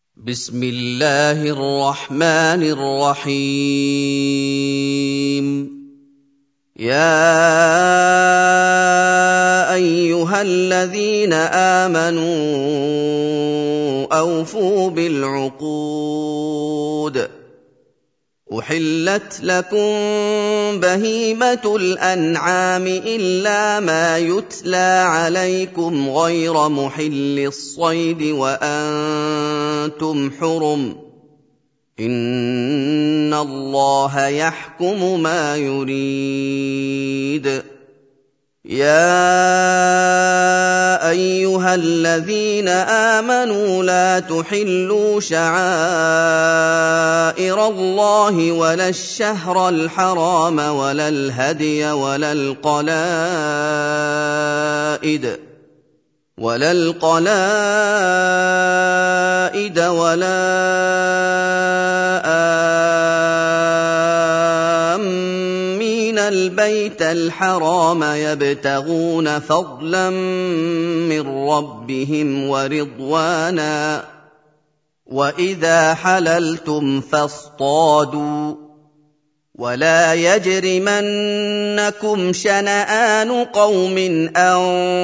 بسم الله الرحمن الرحيم. يا أيها الذين آمنوا أوفوا بالعقود. أحلت لكم بهيمة الأنعام إلا ما يتلى عليكم غير محل الصيد وأنتم حرم. إن الله يحكم ما يريد. يا أيها الذين آمنوا لا تحلوا شعائر الله ولا الشهر الحرام ولا الهدي ولا القلائد ولا آمين البيت الحرام يبتغون فضلا من ربهم ورضوانا. وإذا حللتم فاصطادوا. ولا يجرمنكم شنآن قوم أن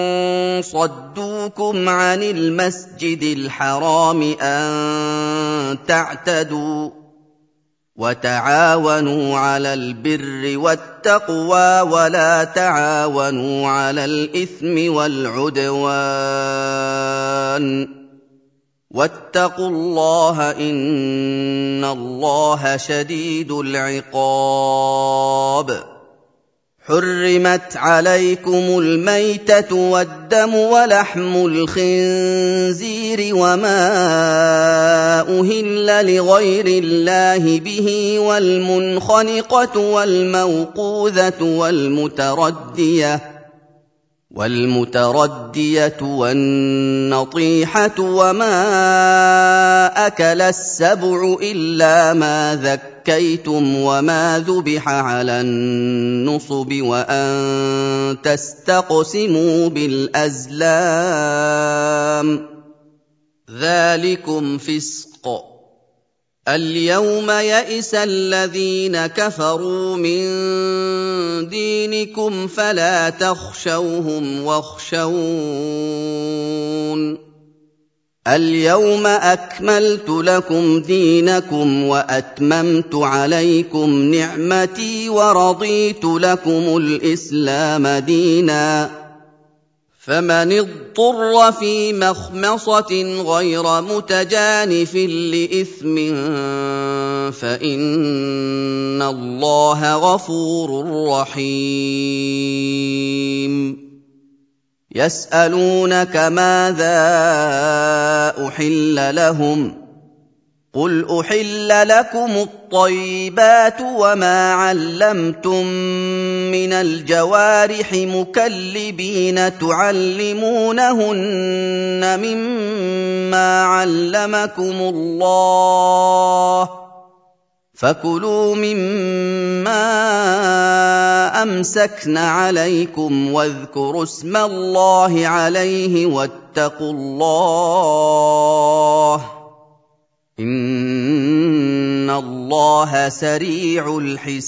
صدوكم عن المسجد الحرام أن تعتدوا. وتعاونوا على البر والتقوى ولا تعاونوا على الإثم والعدوان. واتقوا الله إن الله شديد العقاب. حرمت عليكم الميتة والدم ولحم الخنزير وما أهل لغير الله به والمنخنقة والموقوذة والمتردية والنطيحة وما أكل السبع إلا ما ذكيتم وما ذبح على النصب وأن تستقسموا بالأزلام. ذلكم فسق. اليوم يئس الذين كفروا من دينكم فلا تخشوهم واخشون. اليوم أكملت لكم دينكم وأتممت عليكم نعمتي ورضيت لكم الإسلام دينا. فمن اضطر في مخمصة غير متجانف لإثم فإن الله غفور رحيم. يسألونك ماذا أحل لهم؟ قل أحل لكم الطيبات وما علمتم من الجوارح مكلبين تعلمونهن مما علمكم الله فكلوا مما أمسكن عليكم واذكروا اسم الله عليه واتقوا الله إن الله سريع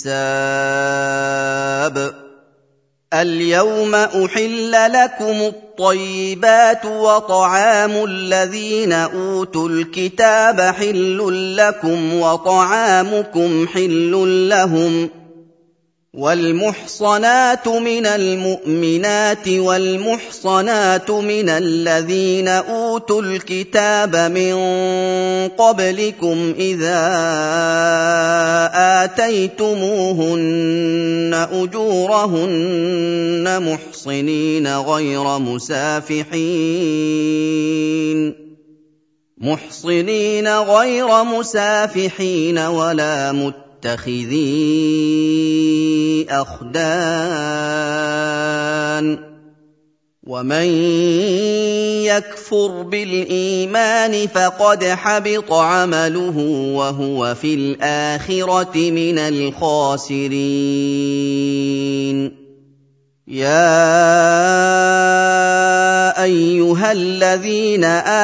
الحساب. اليوم أحل لكم الطيبات وطعام الذين أوتوا الكتاب حل لكم وطعامكم حل لهم. والمحصنات من المؤمنات والمحصنات من الذين أوتوا الكتاب من قبلكم إذا آتيتموهن أجورهن محصنين غير مسافحين ولا متخذي أخدان. ومن يكفر بالإيمان فقد حبط عمله وهو في الآخرة من الخاسرين. يَا أَيُّهَا الَّذِينَ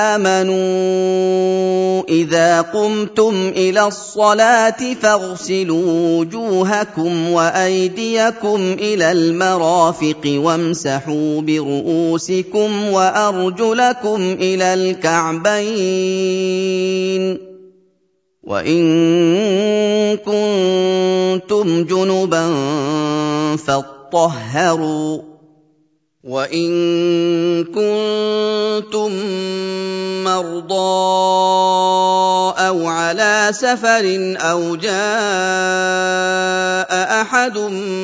آمَنُوا إِذَا قُمْتُمْ إِلَى الصَّلَاةِ فَاغْسِلُوا وُجُوهَكُمْ وَأَيْدِيَكُمْ إِلَى الْمَرَافِقِ وَامْسَحُوا بِرُءُوسِكُمْ وَأَرْجُلَكُمْ إِلَى الْكَعْبَيْنِ ۚ وَإِن كُنتُمْ جُنُبًا فاطهروا، وَإِن كُنتُم مَّرْضَىٰ أَوْ عَلَىٰ سَفَرٍ أَوْ جَاءَ أَحَدٌ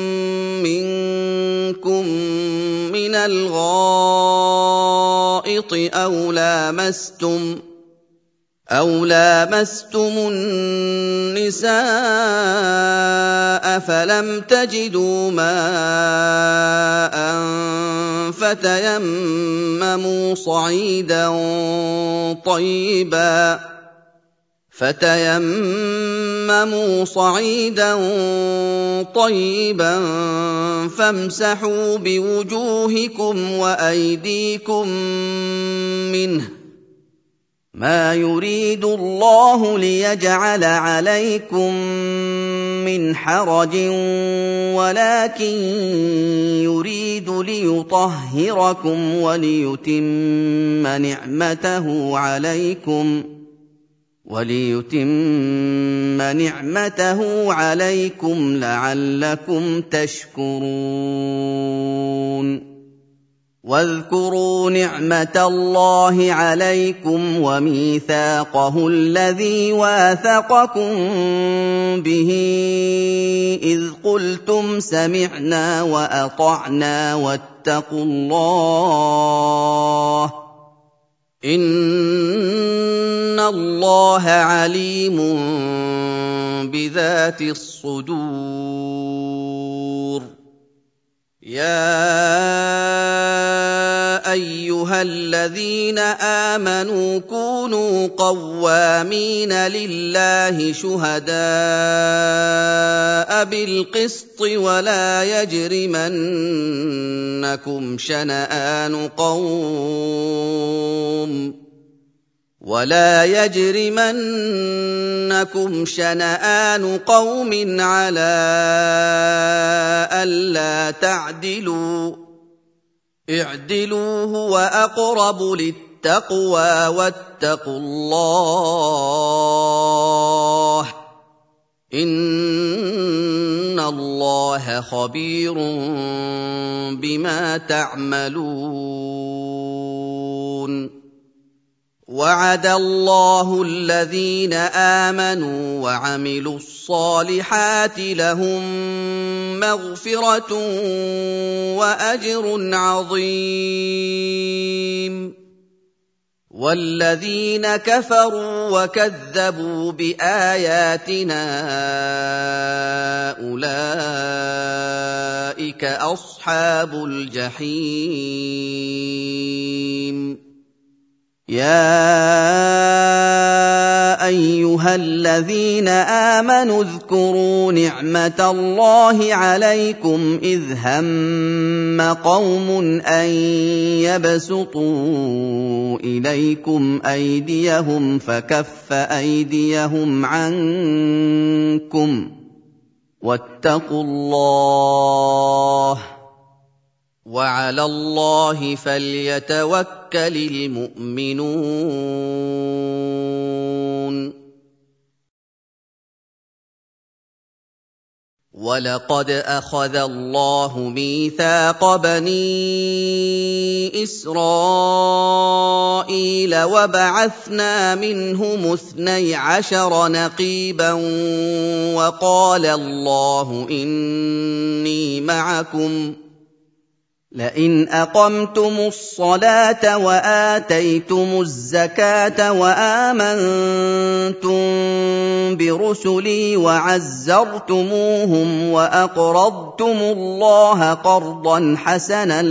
مِّنكُم مِّنَ الْغَائِطِ أَوْ لَامَسْتُمُ النِّسَاءَ فَلَمْ تَجِدُوا مَاءً فتيمموا صعيدا طيبا فامسحوا بوجوهكم وأيديكم منه ۚ مَا يُرِيدُ اللَّهُ لِيَجْعَلَ عَلَيْكُم مِّنْ حَرَجٍ وَلَٰكِن يُرِيدُ لِيُطَهِّرَكُمْ وَلِيُتِمَّ نِعْمَتَهُ عَلَيْكُمْ لَعَلَّكُمْ تَشْكُرُونَ وَاذْكُرُوا نِعْمَةَ اللَّهِ عَلَيْكُمْ وَمِيثَاقَهُ الَّذِي وَاثَقَكُم بِهِ إِذْ قُلْتُمْ سَمِعْنَا وَأَطَعْنَا وَاتَّقُوا اللَّهَ ۚ إِنَّ اللَّهَ عَلِيمٌ بِذَاتِ الصُّدُورِ. يَا أَيُّهَا الَّذِينَ آمَنُوا كُونُوا قَوَّامِينَ لِلَّهِ شُهَدَاءَ بِالْقِسْطِ وَلَا يَجْرِمَنَّكُمْ شَنَآنُ قَوْمٍ عَلَىٰ أَلَّا تَعْدِلُوا ۚ اعْدِلُوا هُوَ أَقْرَبُ لِلتَّقْوَىٰ ۖ وَاتَّقُوا اللَّهَ ۚ إِنَّ اللَّهَ خَبِيرٌ بِمَا تَعْمَلُونَ. وَعَدَ اللَّهُ الَّذِينَ آمَنُوا وَعَمِلُوا الصَّالِحَاتِ لَهُم مَّغْفِرَةٌ وَأَجْرٌ عَظِيمٌ. وَالَّذِينَ كَفَرُوا وَكَذَّبُوا بِآيَاتِنَا أُولَٰئِكَ أَصْحَابُ الْجَحِيمِ. يَا أَيُّهَا الَّذِينَ آمَنُوا اذْكُرُوا نِعْمَةَ اللَّهِ عَلَيْكُمْ إِذْ هَمَّ قَوْمٌ أَن يَبْسُطُوا إِلَيْكُمْ أَيْدِيَهُمْ فَكَفَّ أَيْدِيَهُمْ عَنكُمْ ۖ وَاتَّقُوا اللَّهَ ۚ وَعَلَى اللَّهِ فَلْيَتَوَكَّلِ الْمُؤْمِنُونَ. وَلَقَدْ أَخَذَ اللَّهُ مِيثَاقَ بَنِي إِسْرَائِيلَ وَبَعَثْنَا مِنْهُمُ 12 نَقِيبًا وَقَالَ اللَّهُ إِنِّي مَعَكُمْ لئن أقمتم الصلاة وآتيتم الزكاة وآمنتم برسلي وعزرتموهم وأقرضتم الله قرضا حسنا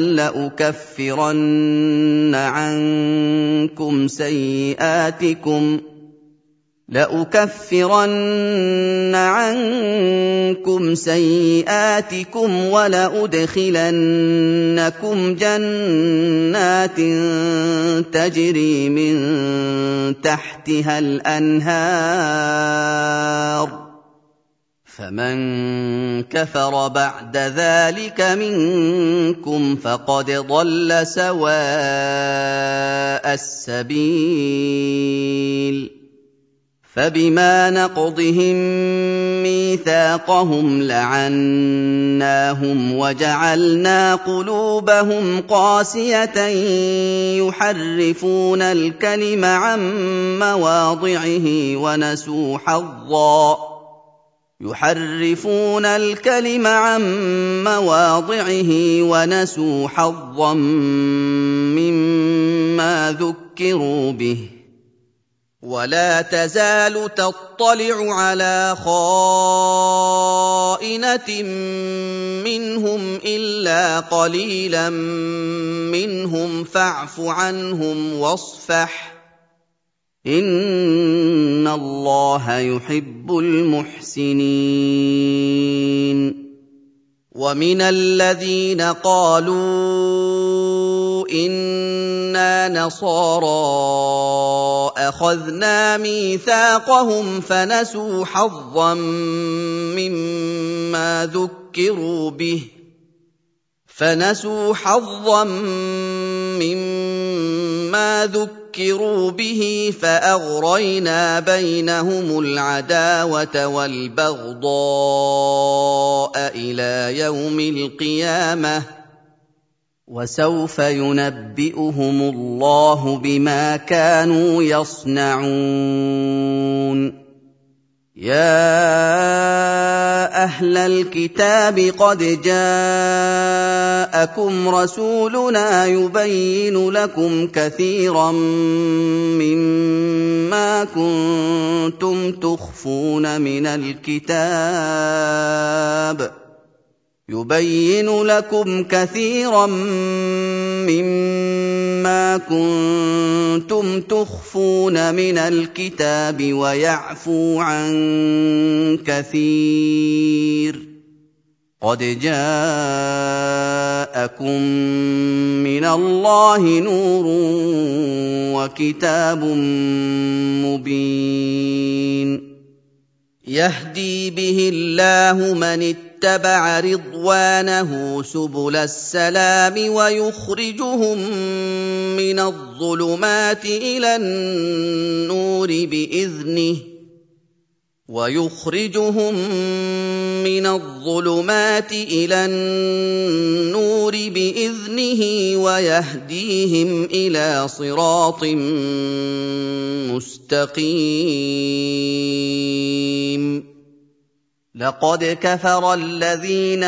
لأكفرن عنكم سيئاتكم ولأدخلنكم جنات تجري من تحتها الأنهار فمن كفر بعد ذلك منكم فقد ضل سواء السبيل فبما نقضهم ميثاقهم لعناهم وجعلنا قلوبهم قاسية يحرفون الكلم عن مواضعه ونسوا حظا مما ذكروا به ولا تزال تطلع على خائنة منهم إلا قليلا منهم فاعف عنهم واصفح إن الله يحب المحسنين ومن الذين قالوا إنا نصارى أخذنا ميثاقهم فنسوا حظا مما ذكروا به فأغرينا بينهم العداوة والبغضاء إلى يوم القيامة وسوف ينبئهم الله بما كانوا يصنعون يا أهل الكتاب قد جاءكم رسولنا يبين لكم كثيرا مما كنتم تخفون من الكتاب ويعفو عن كثير قد جاءكم من الله نور وكتاب مبين يهدي به الله من اتبع رضوانه سبل السلام ويخرجهم من الظلمات إلى النور بإذنه ويهديهم إلى صراط مستقيم لقد كفر الذين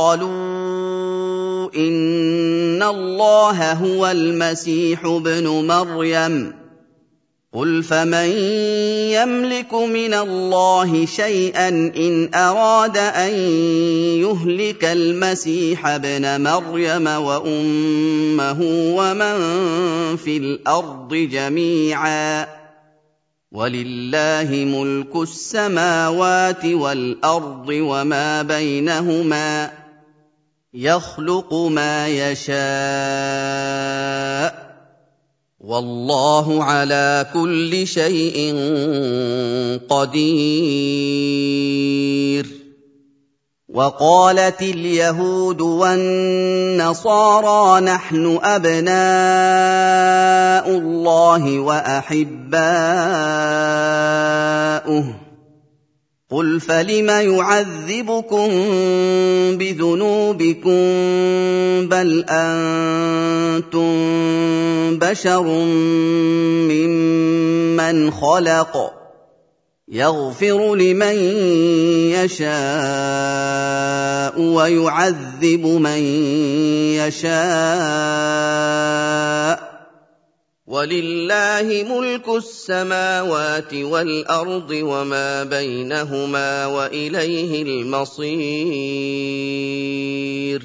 قالوا إن الله هو المسيح ابن مريم قل فمن يملك من الله شيئا إن أراد أن يهلك المسيح ابن مريم وأمه ومن في الأرض جميعا ولله ملك السماوات والأرض وما بينهما يخلق ما يشاء والله على كل شيء قدير وقالت اليهود والنصارى نحن أبناء الله وأحباؤه قل فلم يعذبكم بذنوبكم بل أنتم بشر ممن خلق يغفر لمن يشاء ويعذب من يشاء ولله ملك السماوات والأرض وما بينهما وإليه المصير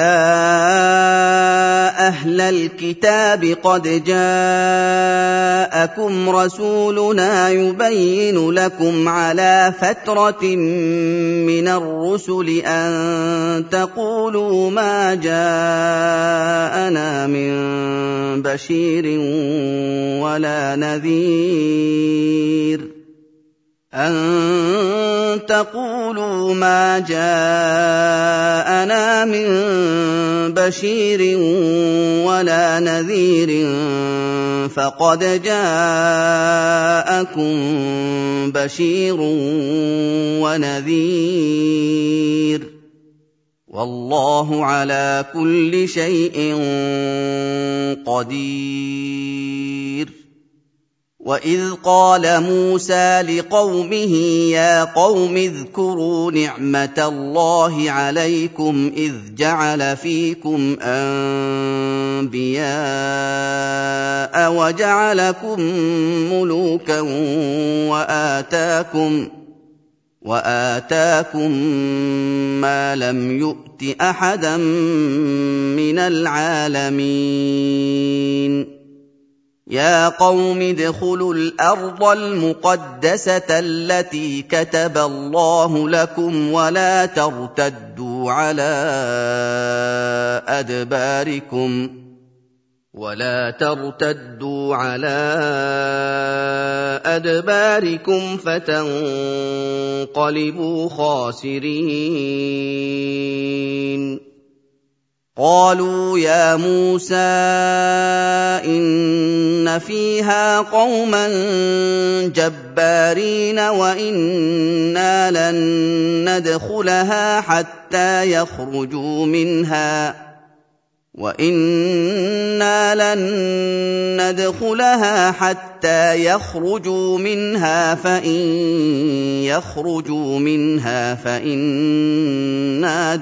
يا أهل الكتاب قد جاءكم جاءكم رسولنا يبين لكم على فترة من الرسل أن تقولوا ما جاءنا من بشير ولا نذير فقد جاءكم بشير ونذير والله على كل شيء قدير. وإذ قال موسى لقومه يا قوم اذكروا نعمة الله عليكم إذ جعل فيكم أنبياء وجعلكم ملوكا وآتاكم ما لم يؤت أحدا من العالمين. يا قوم ادخلوا الأرض المقدسة التي كتب الله لكم ولا ترتدوا على أدباركم فتنقلبوا خاسرين. قالوا يا موسى إن فيها قوما جبارين وإنا لن ندخلها حتى يخرجوا منها فإن يخرجوا منها فإنا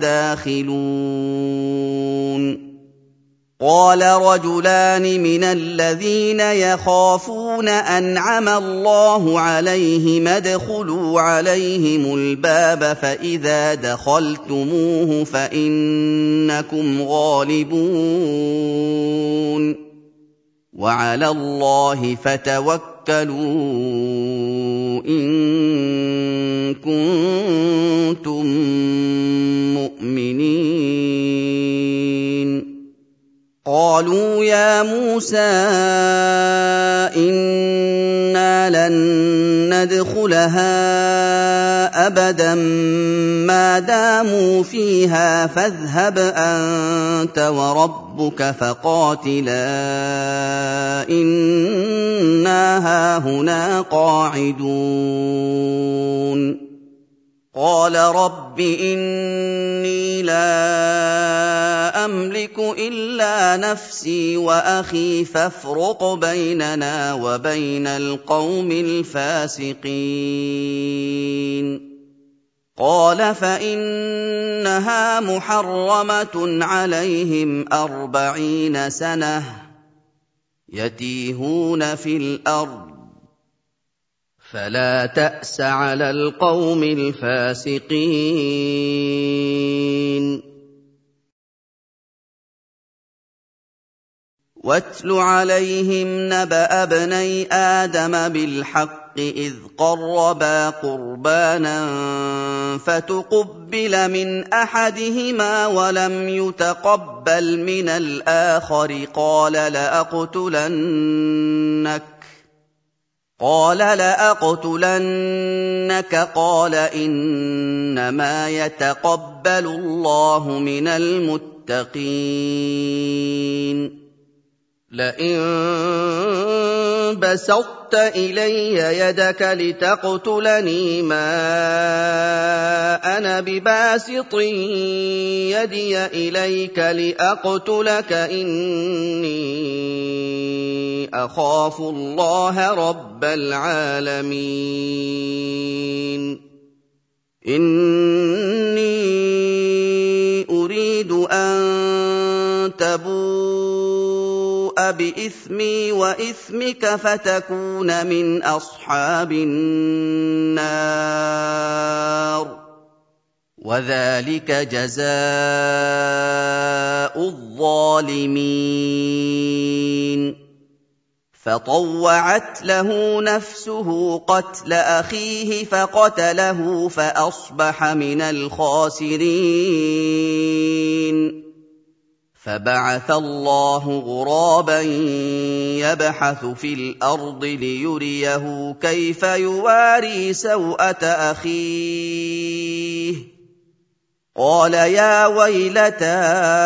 داخلون. قال رجلان من الذين يخافون أنعم الله عليهم ادخلوا عليهم الباب فإذا دخلتموه فإنكم غالبون وعلى الله فتوكلوا إن كنتم مؤمنين. قالوا يا موسى إنا لن ندخلها أبدا ما داموا فيها فاذهب أنت وربك فقاتلا إنا هاهنا قاعدون. قال رب إني لا أملك إلا نفسي وأخي فافرق بيننا وبين القوم الفاسقين. قال فإنها محرمة عليهم 40 سنة يتيهون في الأرض فلا تأس على القوم الفاسقين. واتل عليهم نبأ ابني آدم بالحق إذ قربا قربانا فتقبل من أحدهما ولم يتقبل من الآخر قال لأقتلنك قال إنما يتقبل الله من المتقين. لئن بسطت إلي يدك لتقتلني ما أنا بباسط يدي إليك لأقتلك إني أخاف الله رب العالمين. إني أريد أن تبوء بإثمي وإثمك فتكون من أصحاب النار وذلك جزاء الظالمين. فطوعت له نفسه قتل أخيه فقتله فأصبح من الخاسرين. فبعث الله غرابا يبحث في الأرض ليريه كيف يواري سوءة أخيه. قال يا ويلتى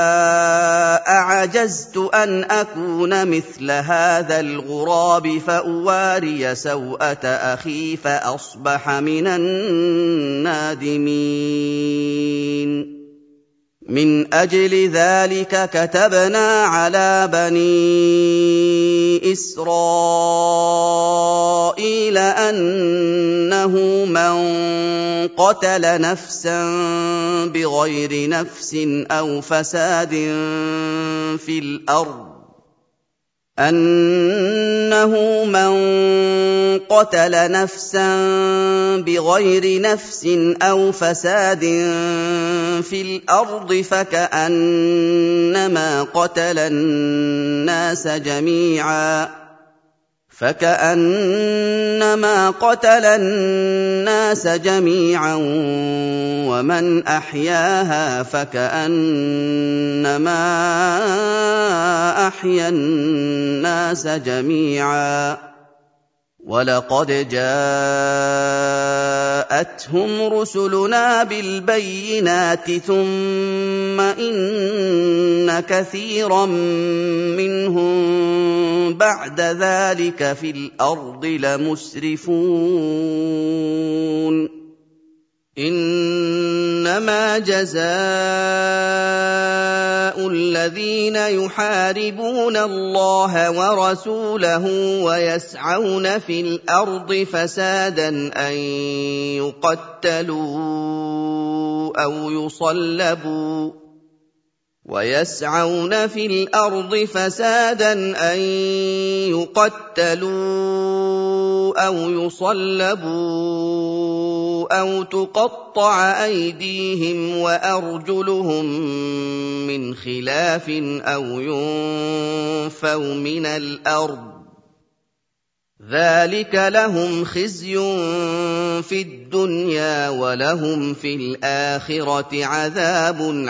أعجزت أن أكون مثل هذا الغراب فأواري سوءة أخي فأصبح من النادمين. من أجل ذلك كتبنا على بني إسرائيل أنه من قتل نفسا بغير نفس أو فساد في الأرض أنه من قتل نفسا بغير نفس أو فساد في الأرض فكأنما قتل الناس جميعا ومن أحياها فكأنما أحيا الناس جميعا. ولقد جاءتهم رسلنا بالبينات ثم إن كثيرا منهم بعد ذلك في الأرض لمسرفون. إنما جزاء الذين يحاربون الله ورسوله ويسعون في الأرض فسادا أن يقتلوا أو يصلبوا أو تقطع أيديهم وأرجلهم من خلاف أو ينفوا من الأرض ذلك لهم خزي في الدنيا ولهم في الآخرة عذاب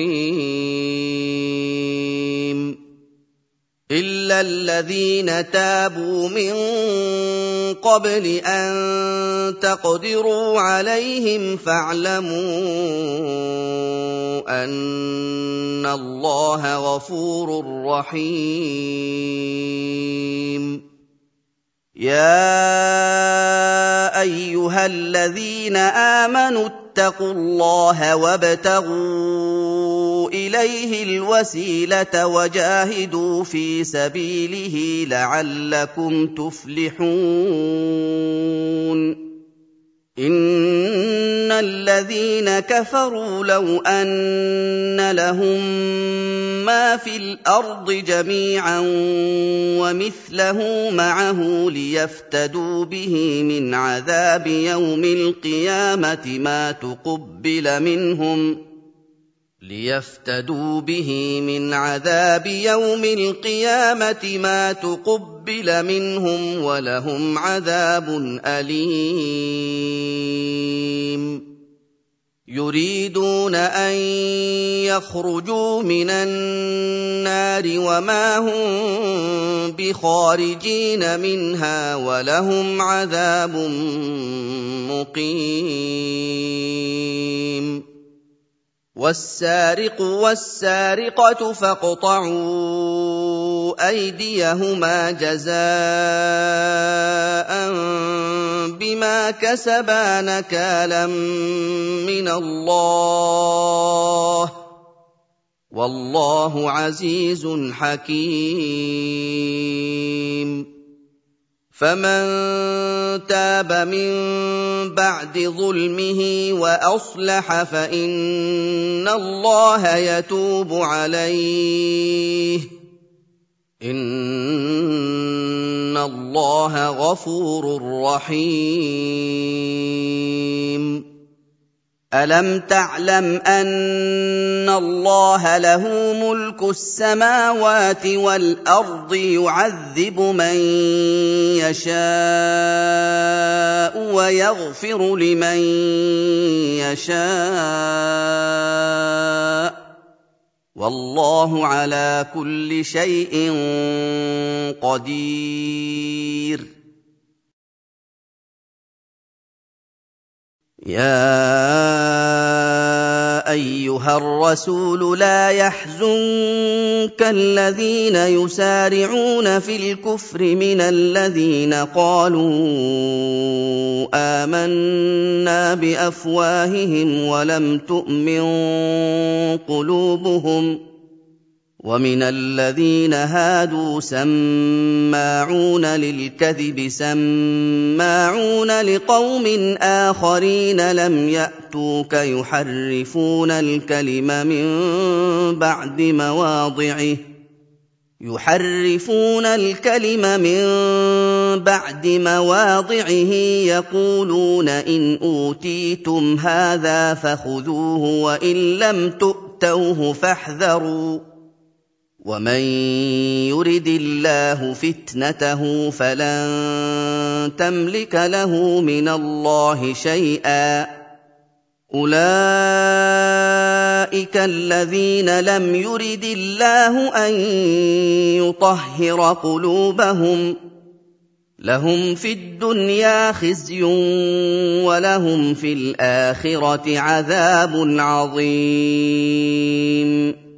عظيم. إلا الذين تابوا من قبل أن تقدروا عليهم فاعلموا أن الله غفور رحيم. يا أيها الذين آمنوا اتقوا الله وابتغوا إليه الوسيلة وجاهدوا في سبيله لعلكم تفلحون. إن الذين كفروا لو أن لهم ما في الأرض جميعا ومثله معه ليفتدوا به من عذاب يوم القيامة ما تقبل منهم ولهم عذاب أليم. يريدون أن يخرجوا من النار وما هم بخارجين منها ولهم عذاب مقيم. والسارق والسارقة فاقطعوا أيديهما جزاء بما كسبا نكالا من الله والله عزيز حكيم. فمن تاب من بعد ظلمه وأصلح فإن الله يتوب عليه إن الله غفور رحيم. أَلَمْ تَعْلَمْ أَنَّ اللَّهَ لَهُ مُلْكُ السَّمَاوَاتِ وَالْأَرْضِ يُعَذِّبُ مَن يَشَاءُ وَيَغْفِرُ لِمَن يَشَاءُ ۗ وَاللَّهُ عَلَىٰ كُلِّ شَيْءٍ قَدِيرٌ. يَا أَيُّهَا الرَّسُولُ لَا يَحْزُنكَ الَّذِينَ يُسَارِعُونَ فِي الْكُفْرِ مِنَ الَّذِينَ قَالُوا آمَنَّا بِأَفْوَاهِهِمْ وَلَمْ تُؤْمِن قُلُوبُهُمْ ۛ وَمِنَ الَّذِينَ هَادُوا سَمَّاعُونَ لِلْكَذِبِ سَمَّاعُونَ لِقَوْمٍ آخَرِينَ لَمْ يَأْتُوكَ يُحَرِّفُونَ الْكَلِمَ مِن بَعْدِ مَوَاضِعِهِ يَقُولُونَ إِنْ أُوتِيتُمْ هَٰذَا فَخُذُوهُ وَإِن لَّمْ تُؤْتَوْهُ فَاحْذَرُوا ۚ وَمَن يُرِدِ اللَّهُ فِتْنَتَهُ فَلَن تَمْلِكَ لَهُ مِنَ اللَّهِ شَيْئًا ۚ أُولَٰئِكَ الَّذِينَ لَمْ يُرِدِ اللَّهُ أَن يُطَهِّرَ قُلُوبَهُمْ ۚ لَهُمْ فِي الدُّنْيَا خِزْيٌ وَلَهُمْ فِي الْآخِرَةِ عَذَابٌ عَظِيمٌ.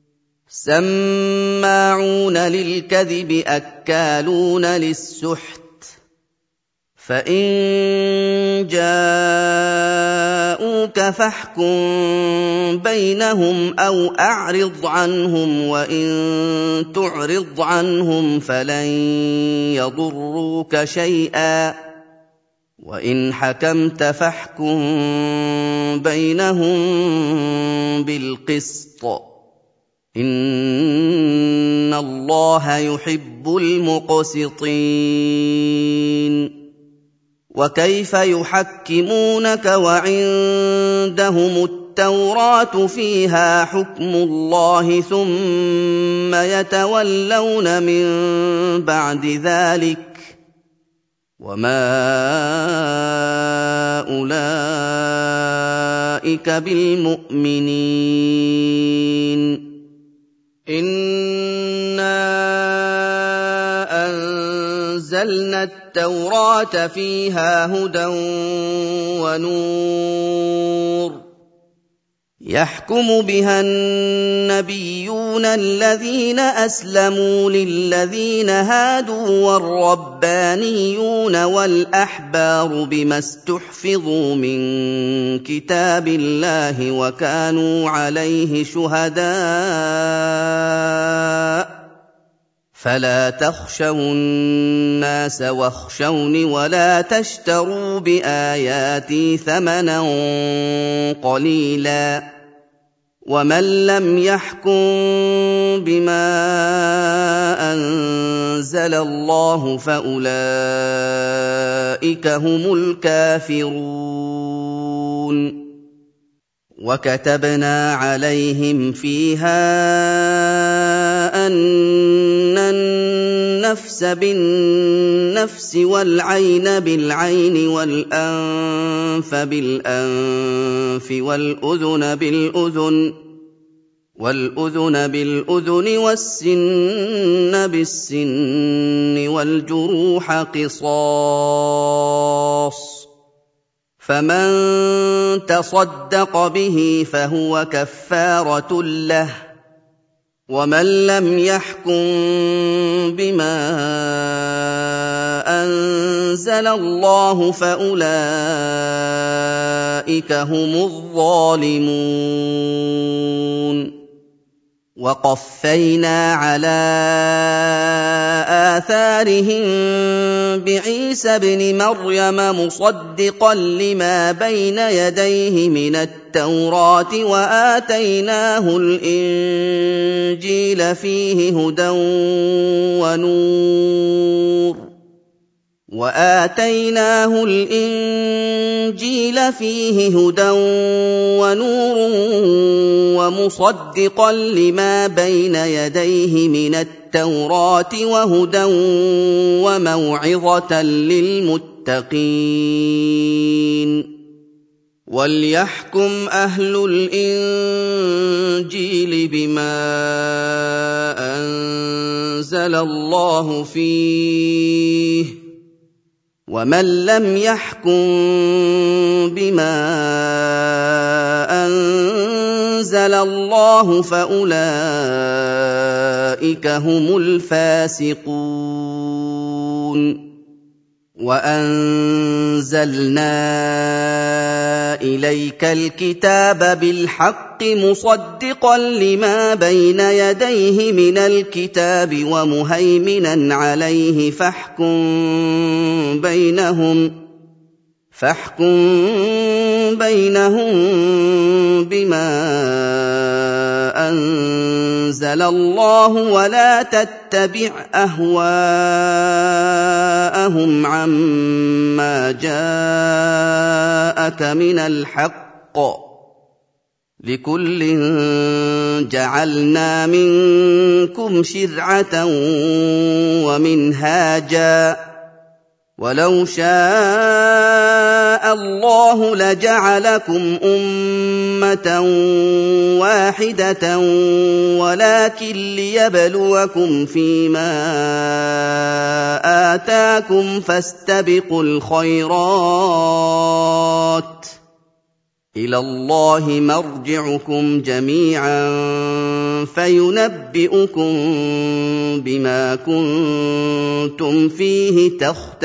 سَمَّاعُونَ لِلْكَذِبِ أَكَّالُونَ لِلسُّحْتِ ۚ فَإِن جَاءُوكَ فَاحْكُم بَيْنَهُمْ أَوْ أَعْرِضْ عَنْهُمْ ۖ وَإِن تُعْرِضْ عَنْهُمْ فَلَن يَضُرُّوكَ شَيْئًا ۖ وَإِنْ حَكَمْتَ فَاحْكُم بَيْنَهُم بِالْقِسْطِ ۚ إِنَّ اللَّهَ يُحِبُّ الْمُقْسِطِينَ. وَكَيْفَ يُحَكِّمُونَكَ وَعِندَهُمُ التَّوْرَاةُ فِيهَا حُكْمُ اللَّهِ ثُمَّ يَتَوَلَّوْنَ مِن بَعْدِ ذَٰلِكَ ۚ وَمَا أُولَٰئِكَ بِالْمُؤْمِنِينَ. إِنَّا أَنزَلْنَا التَّوْرَاةَ فِيهَا هُدًى وَنُورٌ يَحْكُمُ بِهَا النَّبِيُّونَ الَّذِينَ أَسْلَمُوا لِلَّذِينَ هَادُوا وَالرَّبَّانِيُّونَ وَالْأَحْبَارُ بِمَا اسْتُحْفِظُوا مِن كِتَابِ اللَّهِ وَكَانُوا عَلَيْهِ شُهَدَاءَ ۚ فَلَا تَخْشَوُا النَّاسَ وَاخْشَوْنِ وَلَا تَشْتَرُوا بِآيَاتِي ثَمَنًا قَلِيلًا ۚ وَمَن لَّمْ يَحْكُم بِمَا أَنزَلَ اللَّهُ فَأُولَٰئِكَ هُمُ الْكَافِرُونَ. وَكَتَبْنَا عَلَيْهِمْ فِيهَا أَنَّ النَّفْسَ بِالنَّفْسِ وَالْعَيْنَ بِالْعَيْنِ وَالْأَنفَ بِالْأَنفِ وَالْأُذُنَ بِالْأُذُنِ وَالسِّنَّ بِالسِّنِّ وَالْجُرُوحَ قِصَاصٌ ۚ فَمَن تَصَدَّقَ بِهِ فَهُوَ كَفَّارَةٌ لَّهُ ۚ وَمَن لَّمْ يَحْكُم بِمَا أَنزَلَ اللَّهُ فَأُولَٰئِكَ هُمُ الظَّالِمُونَ. وَقَفَّيْنَا عَلَىٰ آثَارِهِم بِعِيسَى ابْنِ مَرْيَمَ مُصَدِّقًا لِّمَا بَيْنَ يَدَيْهِ مِنَ التَّوْرَاةِ وَآتَيْنَاهُ الْإِنجِيلَ فِيهِ هُدًى وَنُورٌ وآتيناه الإنجيل فيه هدى ونور ومصدقا لما بين يديه من التوراة وهدى وموعظة للمتقين وليحكم أهل الإنجيل بما أنزل الله فيه ومن لم يحكم بما أنزل الله فأولئك هم الفاسقون وأنزلنا إليك الكتاب بالحق مصدقا لما بين يديه من الكتاب ومهيمنا عليه فاحكم بينهم بما أنزل الله ولا تتبع أهواءهم عما جاءك من الحق لكل جعلنا منكم شرعة ومنهاجا ولو شاء الله لجعلكم أمة واحدة ولكن ليبلوكم فيما آتاكم فاستبقوا الخيرات إلى الله مرجعكم جميعا فينبئكم بما كنتم فيه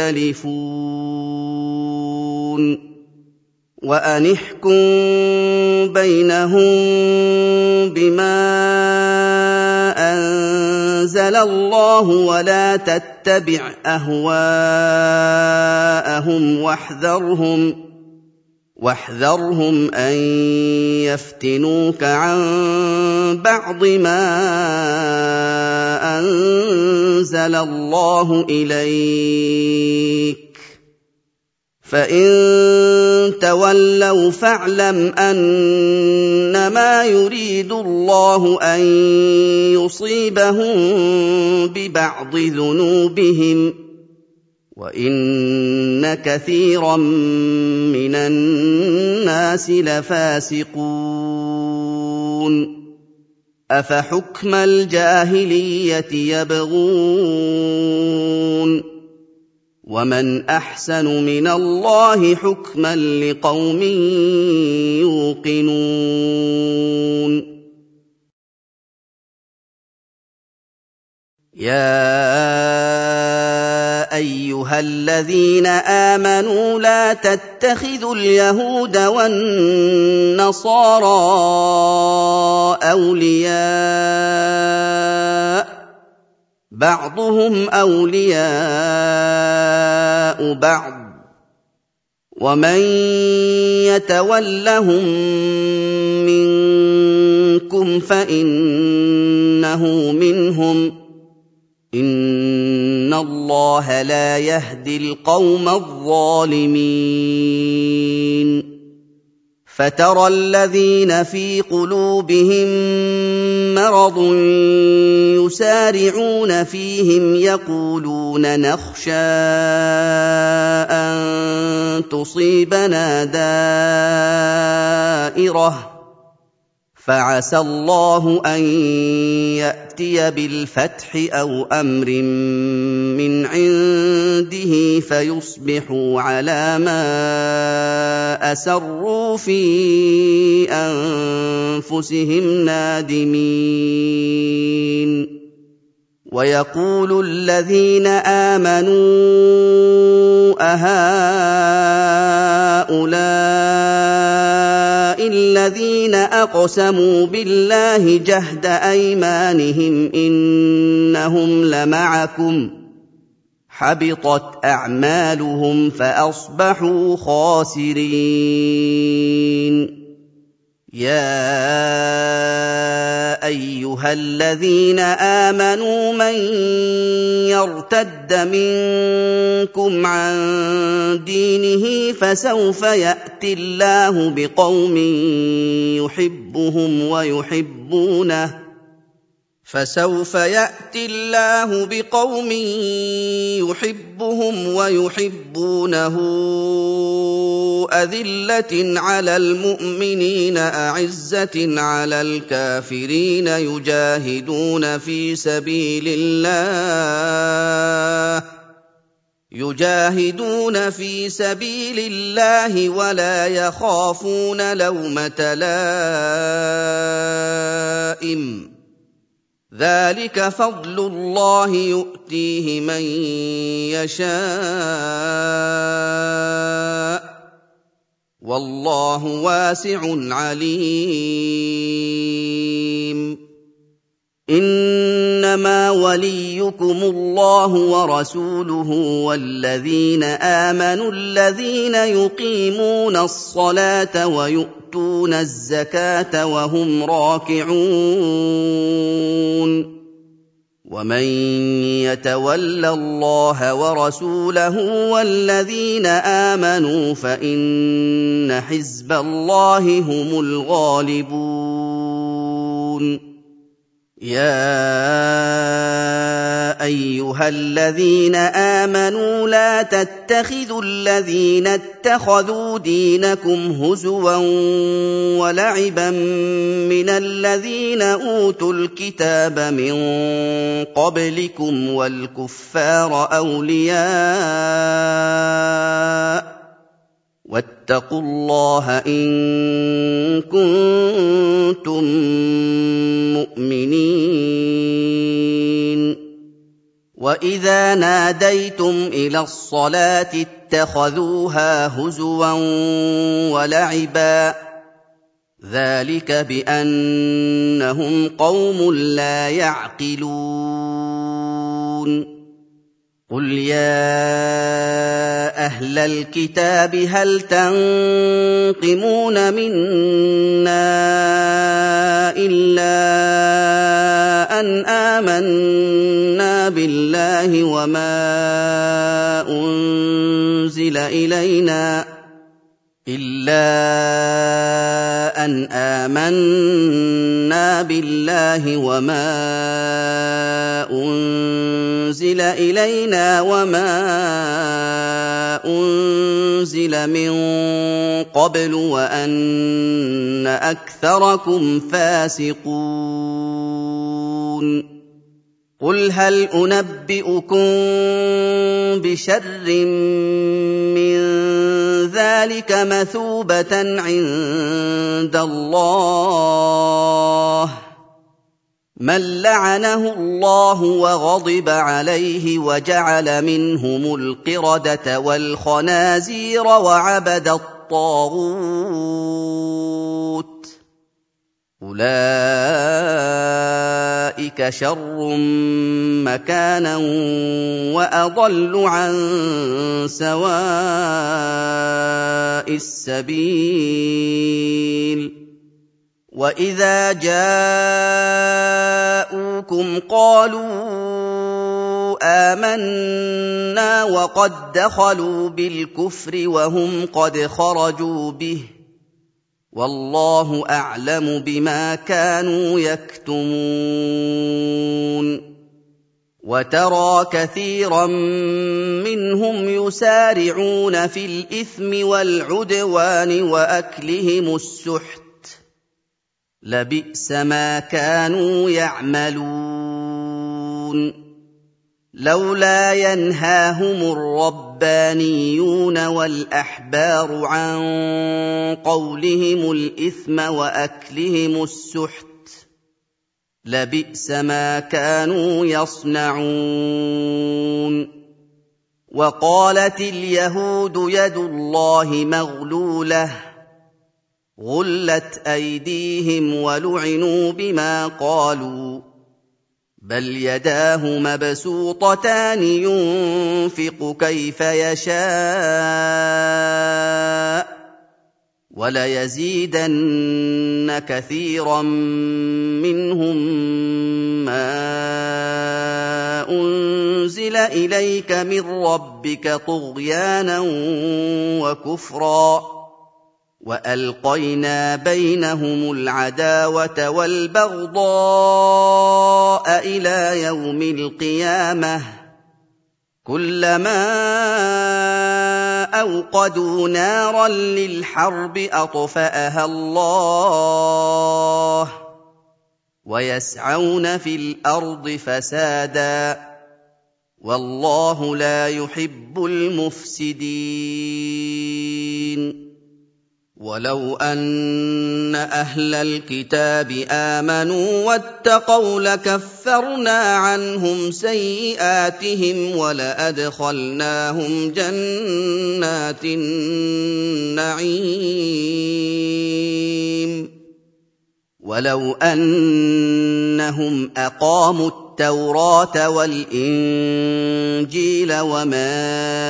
تختلفون وأن احكم بينهم بما أنزل الله ولا تتبع أهواءهم واحذرهم أن يفتنوك عن بعض ما أنزل الله إليك فإن تولوا فاعلم أنما يريد الله أن يصيبهم ببعض ذنوبهم وإن كثيرا من الناس لفاسقون أفحكم الجاهلية يبغون ومن أحسن من الله حكما لقوم يوقنون يا أيها الذين آمنوا لا تتخذوا اليهود والنصارى أولياء بعضهم أولياء بعض ومن يتولهم منكم فإنه منهم إن الله لا يهدي القوم الظالمين فترى الذين في قلوبهم مرض يسارعون فيهم يقولون نخشى أن تصيبنا دائرة فعسى الله أن يأتي بالفتح أو أمر من عنده فيصبحوا على ما أسروا في أنفسهم نادمين ويقول الذين آمنوا أهؤلاء الذين أقسموا بالله جهد أيمانهم إنهم لمعكم حبطت أعمالهم فأصبحوا خاسرين يا أيها الذين آمنوا من يرتد منكم منكم عن دينه فسوف يأتي الله بقوم يحبهم ويحبونه أذلة على المؤمنين أعزة على الكافرين يجاهدون في سبيل الله ولا يخافون لومة لائم ذلك فضل الله يؤتيه من يشاء والله واسع عليم إنما وليكم الله ورسوله والذين آمنوا الذين يقيمون الصلاة ويؤتون الزكاة وهم راكعون ومن يتول الله ورسوله والذين آمنوا فإن حزب الله هم الغالبون يا أيها الذين آمنوا لا تتخذوا الذين اتخذوا دينكم هزوا ولعبا من الذين أوتوا الكتاب من قبلكم والكفار أولياء واتقوا الله إن كنتم مؤمنين وإذا ناديتم إلى الصلاة اتخذوها هزوا ولعبا ذلك بأنهم قوم لا يعقلون قل يا أهل الكتاب هل تنقمون منا إلا أن آمنا بالله وما أنزل إلينا وما أنزل من قبل وأن أكثركم فاسقون قل هل أنبئكم بشر من ذلك مثوبة عند الله من لعنه الله وغضب عليه وجعل منهم القردة والخنازير وعبد الطاغوت أولئك شر مكانا وأضل عن سواء السبيل وإذا جاءوكم قالوا آمنا وقد دخلوا بالكفر وهم قد خرجوا به والله أعلم بما كانوا يكتمون وترى كثيرا منهم يسارعون في الإثم والعدوان وأكلهم السحت لبئس ما كانوا يعملون لولا ينهاهم الربانيون والأحبار عن قولهم الإثم وأكلهم السحت لبئس ما كانوا يصنعون وقالت اليهود يد الله مغلولة غلت أيديهم ولعنوا بما قالوا بل يداه مبسوطتان ينفق كيف يشاء وليزيدن كثيرا منهم ما أُنزِلَ إِلَيْكَ مِن رَّبِّكَ طُغْيَانًا وَكُفْرًا ۖ وَأَلْقَيْنَا بَيْنَهُمُ الْعَدَاوَةَ وَالْبَغْضَاءَ إِلَىٰ يَوْمِ الْقِيَامَةِ ۚ كُلَّمَا أَوْقَدُوا نَارًا لِّلْحَرْبِ أَطْفَأَهَا اللَّهُ ۚ وَيَسْعَوْنَ فِي الْأَرْضِ فَسَادًا ۚ وَاللَّهُ لَا يُحِبُّ الْمُفْسِدِينَ. وَلَوْ أَنَّ أَهْلَ الْكِتَابِ آمَنُوا وَاتَّقَوْا لَكَفَّرْنَا عَنْهُمْ سَيِّئَاتِهِمْ وَلَأَدْخَلْنَاهُمْ جَنَّاتِ النَّعِيمِ. وَلَوْ أَنَّهُمْ أَقَامُوا التَّوْرَاةَ وَالْإِنجِيلَ وَمَا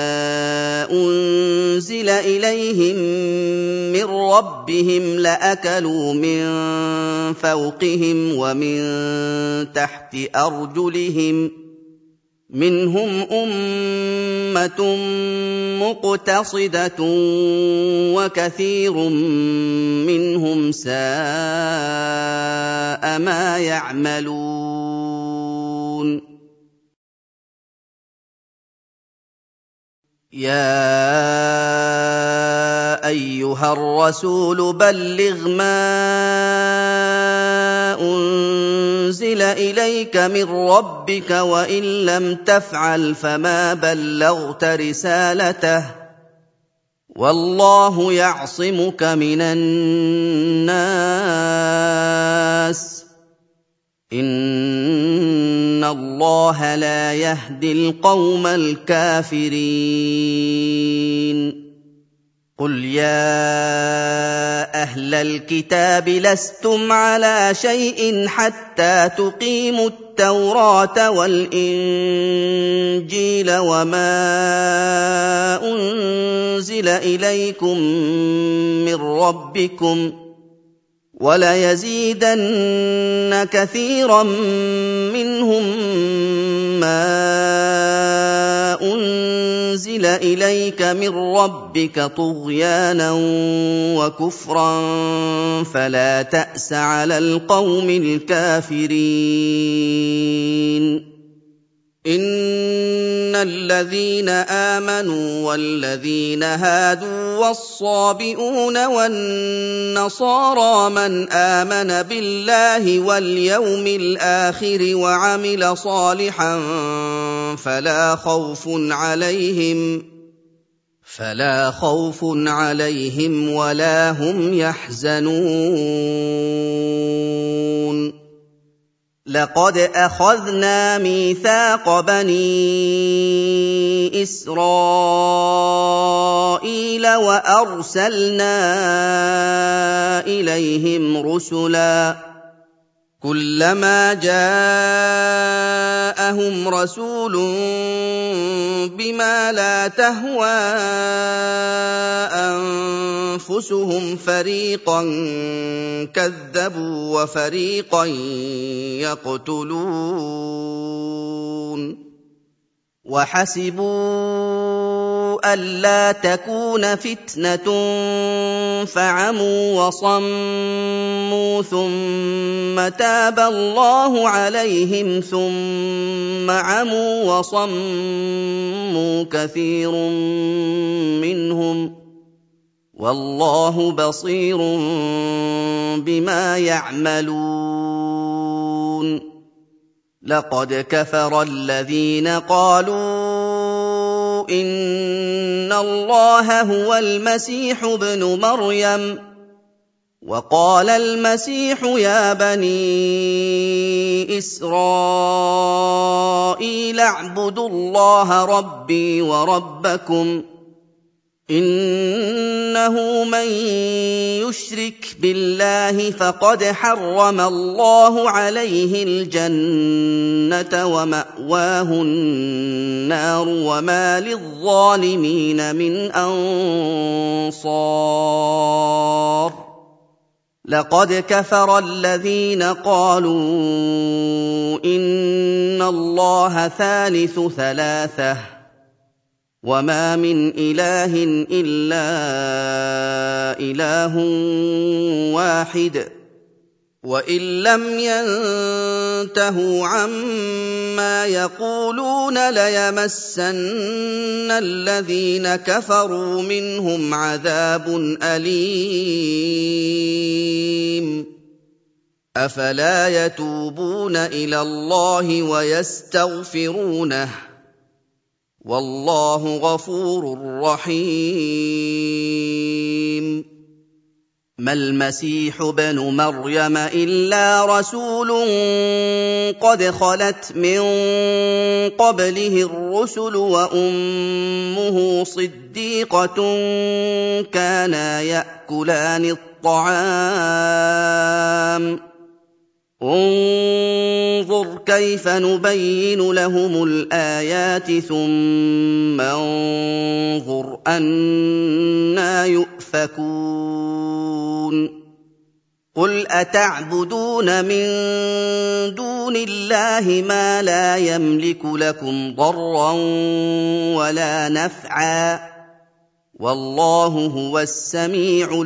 أُنزِلَ إِلَيْهِم مِّن رَّبِّهِمْ لَأَكَلُوا مِن فَوْقِهِمْ وَمِن تَحْتِ أَرْجُلِهِم ۚ مِّنْهُمْ أُمَّةٌ مُّقْتَصِدَةٌ وَكَثِيرٌ مِّنْهُمْ سَاءَ مَا يَعْمَلُونَ. يَا أَيُّهَا الرَّسُولُ بَلِّغْ مَا أُنزِلَ إِلَيْكَ مِن رَّبِّكَ ۖ وَإِن لَّمْ تَفْعَلْ فَمَا بَلَّغْتَ رِسَالَتَهُ ۚ وَاللَّهُ يَعْصِمُكَ مِنَ النَّاسِ ۗ إِنَّ اللَّهَ لَا يَهْدِي الْقَوْمَ الْكَافِرِينَ. قُلْ يَا أَهْلَ الْكِتَابِ لَسْتُمْ عَلَىٰ شَيْءٍ حَتَّىٰ تُقِيمُوا التَّوْرَاةَ وَالْإِنجِيلَ وَمَا أُنزِلَ إِلَيْكُم مِّن رَّبِّكُمْ ۗ وَلَيَزِيدَنَّ كَثِيرًا مِّنْهُم مَّا أُنزِلَ إِلَيْكَ مِن رَّبِّكَ طُغْيَانًا وَكُفْرًا فَلَا تَأْسَ عَلَى الْقَوْمِ الْكَافِرِينَ. إِنَّ الَّذِينَ آمَنُوا وَالَّذِينَ هَادُوا وَالصَّابِئُونَ وَالنَّصَارَىٰ مَنْ آمَنَ بِاللَّهِ وَالْيَوْمِ الْآخِرِ وَعَمِلَ صَالِحًا فَلَا خَوْفٌ عَلَيْهِمْ وَلَا هُمْ يَحْزَنُونَ. لَقَدْ أَخَذْنَا مِيثَاقَ بَنِي إِسْرَائِيلَ وَأَرْسَلْنَا إِلَيْهِمْ رُسُلًا ۖ كُلَّمَا جَاءَهُمْ رَسُولٌ بِمَا لَا تَهْوَىٰ أَنفُسُهُمْ فَرِيقًا كَذَّبُوا وَفَرِيقًا يَقْتُلُونَ. وَحَسِبُوا أَلَّا تَكُونَ فِتْنَةٌ فَعَمُوا وَصَمُّوا ثُمَّ تَابَ اللَّهُ عَلَيْهِمْ ثُمَّ عَمُوا وَصَمُّوا كَثِيرٌ مِّنْهُمْ ۚ وَاللَّهُ بَصِيرٌ بِمَا يَعْمَلُونَ. لَقَدْ كَفَرَ الَّذِينَ قَالُوا إِنَّ اللَّهَ هُوَ الْمَسِيحُ ابْنُ مَرْيَمَ ۖ وَقَالَ الْمَسِيحُ يَا بَنِي إِسْرَائِيلَ اعْبُدُوا اللَّهَ رَبِّي وَرَبَّكُمْ ۖ إِنَّهُ مَن يُشْرِكْ بِاللَّهِ فَقَدْ حَرَّمَ اللَّهُ عَلَيْهِ الْجَنَّةَ وَمَأْوَاهُ النَّارُ وَمَا لِلظَّالِمِينَ مِنْ أَنصَارٍ. لقد كفر الذين قالوا إن الله ثالث ثلاثة وما من إله إلا إله واحد وإن لم ينتهوا عما يقولون ليمسن الذين كفروا منهم عذاب أليم أفلا يتوبون إلى الله ويستغفرونه والله غفور رحيم ما المسيح ابن مريم إلا رسول قد خلت من قبله الرسل وأمه صديقة كانا يأكلان الطعام انظر كيف نبين لهم الآيات ثم انظر أنى يؤفكون قل أتعبدون من دون الله ما لا يملك لكم ضرا ولا نفعا والله هو السميع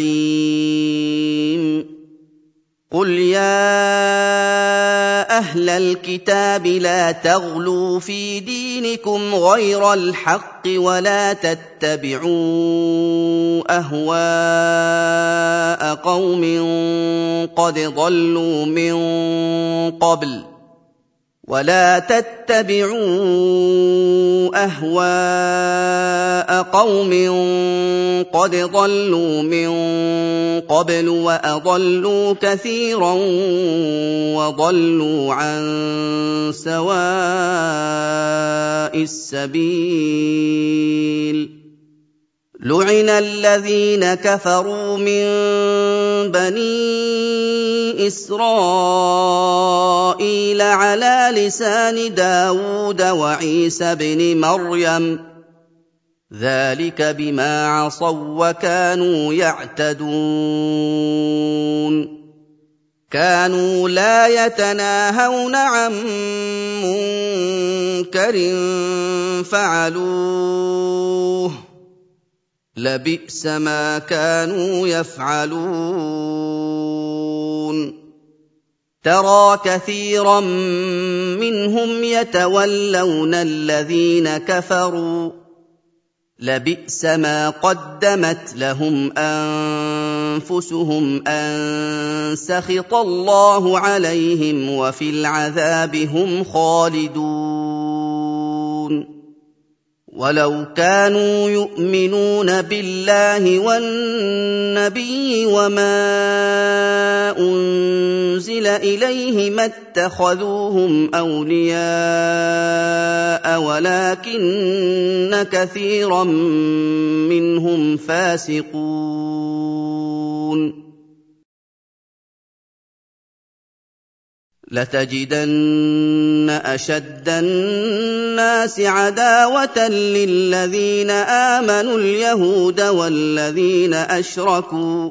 العليم قل يا أهل الكتاب لا تغلوا في دينكم غير الحق ولا تتبعوا أهواء قوم قد ضلوا من قبل وأضلوا كثيرا وضلوا عن سواء السبيل لعن الذين كفروا من بني إسرائيل على لسان داود وعيسى بن مريم ذلك بما عصوا وكانوا يعتدون كانوا لا يتناهون عن منكر فعلوه لبئس ما كانوا يفعلون ترى كثيرا منهم يتولون الذين كفروا لبئس ما قدمت لهم أنفسهم أن سخط الله عليهم وفي العذاب هم خالدون ولو كانوا يؤمنون بالله والنبي وما أنزل إليه ما اتخذوهم أولياء ولكن كثيرا منهم فاسقون لتجدن أشد الناس عداوة للذين آمنوا اليهود والذين أشركوا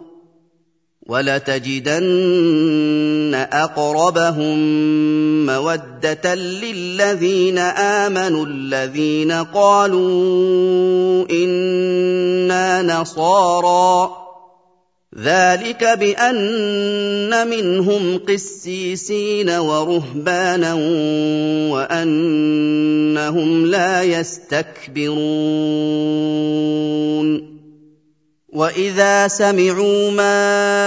ولتجدن أقربهم مودة للذين آمنوا الذين قالوا إنا نصارى ذلك بأن منهم قسيسين ورهبانا وأنهم لا يستكبرون وإذا سمعوا ما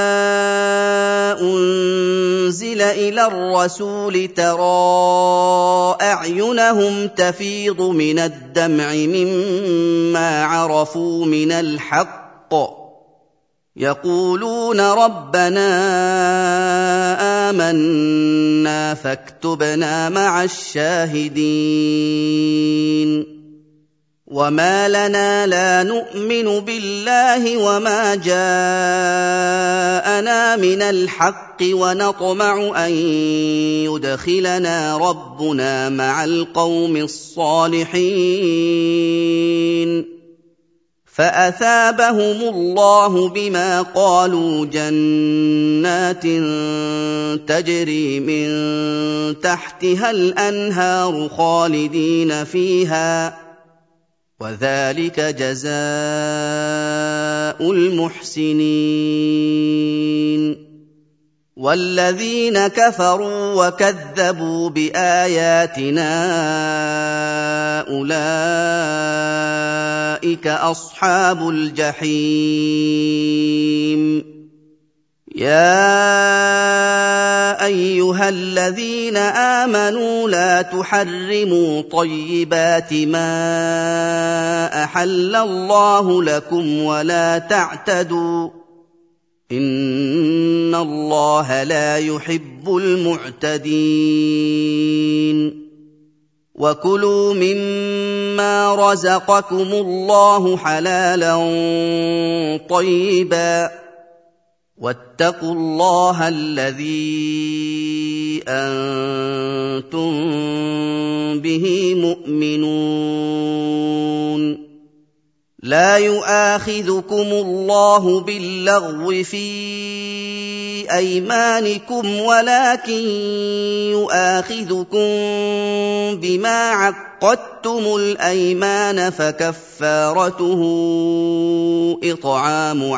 أنزل إلى الرسول ترى أعينهم تفيض من الدمع مما عرفوا من الحق يقولون ربنا آمنا فاكتبنا مع الشاهدين وما لنا لا نؤمن بالله وما جاءنا من الحق ونطمع أن يدخلنا ربنا مع القوم الصالحين فاثابهم الله بما قالوا جنات تجري من تحتها الانهار خالدين فيها وذلك جزاء المحسنين والذين كفروا وكذبوا باياتنا اولئك اصحاب الجحيم يا ايها الذين امنوا لا تحرموا طيبات ما احل الله لكم ولا تعتدوا ان الله لا يحب المعتدين وكلوا مما رزقكم الله حلالا طيبا واتقوا الله الذي انتم به مؤمنون لا يؤاخذكم الله باللغو في ايمانكم ولكن يؤاخذكم بما عقدتم الايمان فكفارته اطعام